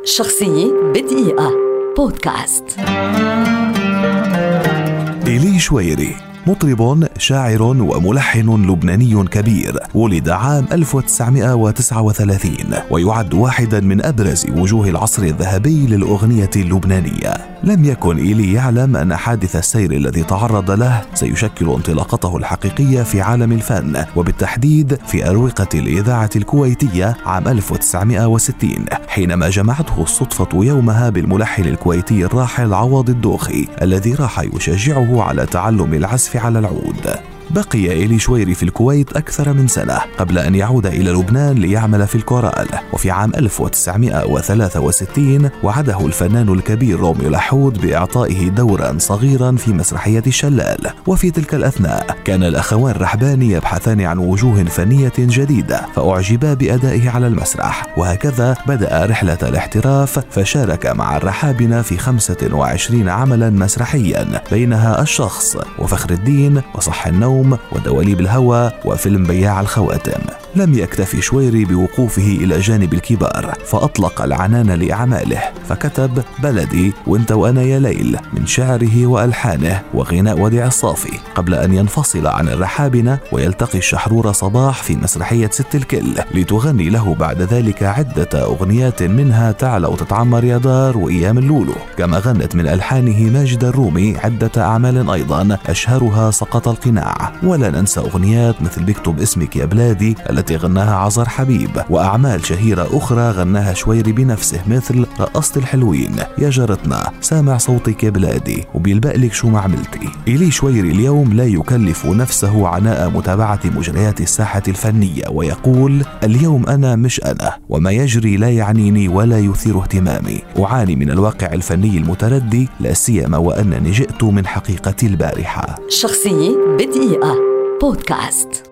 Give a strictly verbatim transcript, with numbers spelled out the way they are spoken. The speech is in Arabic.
شخصية بدقيقة بودكاست. إيلي شويري مطرب شاعر وملحن لبناني كبير، ولد عام ألف وتسعمائة وتسعة وثلاثين ويعد واحدا من أبرز وجوه العصر الذهبي للأغنية اللبنانية. لم يكن إيلي يعلم أن حادث السير الذي تعرض له سيشكل انطلاقته الحقيقية في عالم الفن، وبالتحديد في أروقة الإذاعة الكويتية عام ألف وتسعمائة وستين، حينما جمعته الصدفة يومها بالملحن الكويتي الراحل عوض الدوخي الذي راح يشجعه على تعلم العزف على العود. بقي إيلي شويري في الكويت أكثر من سنة قبل أن يعود إلى لبنان ليعمل في الكورال، وفي عام ألف وتسعمائة وثلاثة وستين وعده الفنان الكبير روميو لحود بإعطائه دورا صغيرا في مسرحية الشلال. وفي تلك الأثناء كان الأخوان رحباني يبحثان عن وجوه فنية جديدة، فأعجبا بأدائه على المسرح، وهكذا بدأ رحلة الاحتراف، فشارك مع الرحابنة في خمسة وعشرين عملا مسرحيا، بينها الشخص وفخر الدين وصح النوم ودواليب الهوى وفيلم بياع الخواتم. لم يكتفي شويري بوقوفه إلى جانب الكبار، فأطلق العنان لأعماله، فكتب بلدي وانت وأنا يا ليل من شعره وألحانه وغناء وديع الصافي، قبل أن ينفصل عن الرحابنة ويلتقي الشحرور صباح في مسرحية ست الكل، لتغني له بعد ذلك عدة أغنيات، منها تعلى وتتعمر يا دار وأيام اللولو. كما غنت من ألحانه ماجد الرومي عدة أعمال أيضا، أشهرها سقط القناع، ولا ننسى أغنيات مثل بكتب اسمك يا بلادي التي غناها عزر حبيب، وأعمال شهيرة أخرى غناها شويري بنفسه مثل رقصت الحلوين، يا جارتنا، سامع صوتك يا بلادي، وبيلبق لك شو ما عملتي. إيلي شويري اليوم لا يكلف نفسه عناء متابعة مجريات الساحة الفنية، ويقول اليوم أنا مش أنا، وما يجري لا يعنيني ولا يثير اهتمامي، أعاني من الواقع الفني المتردي، لا سيما وأنني جئت من حقيقة البارحة. شخصية بدقيقة بودكاست.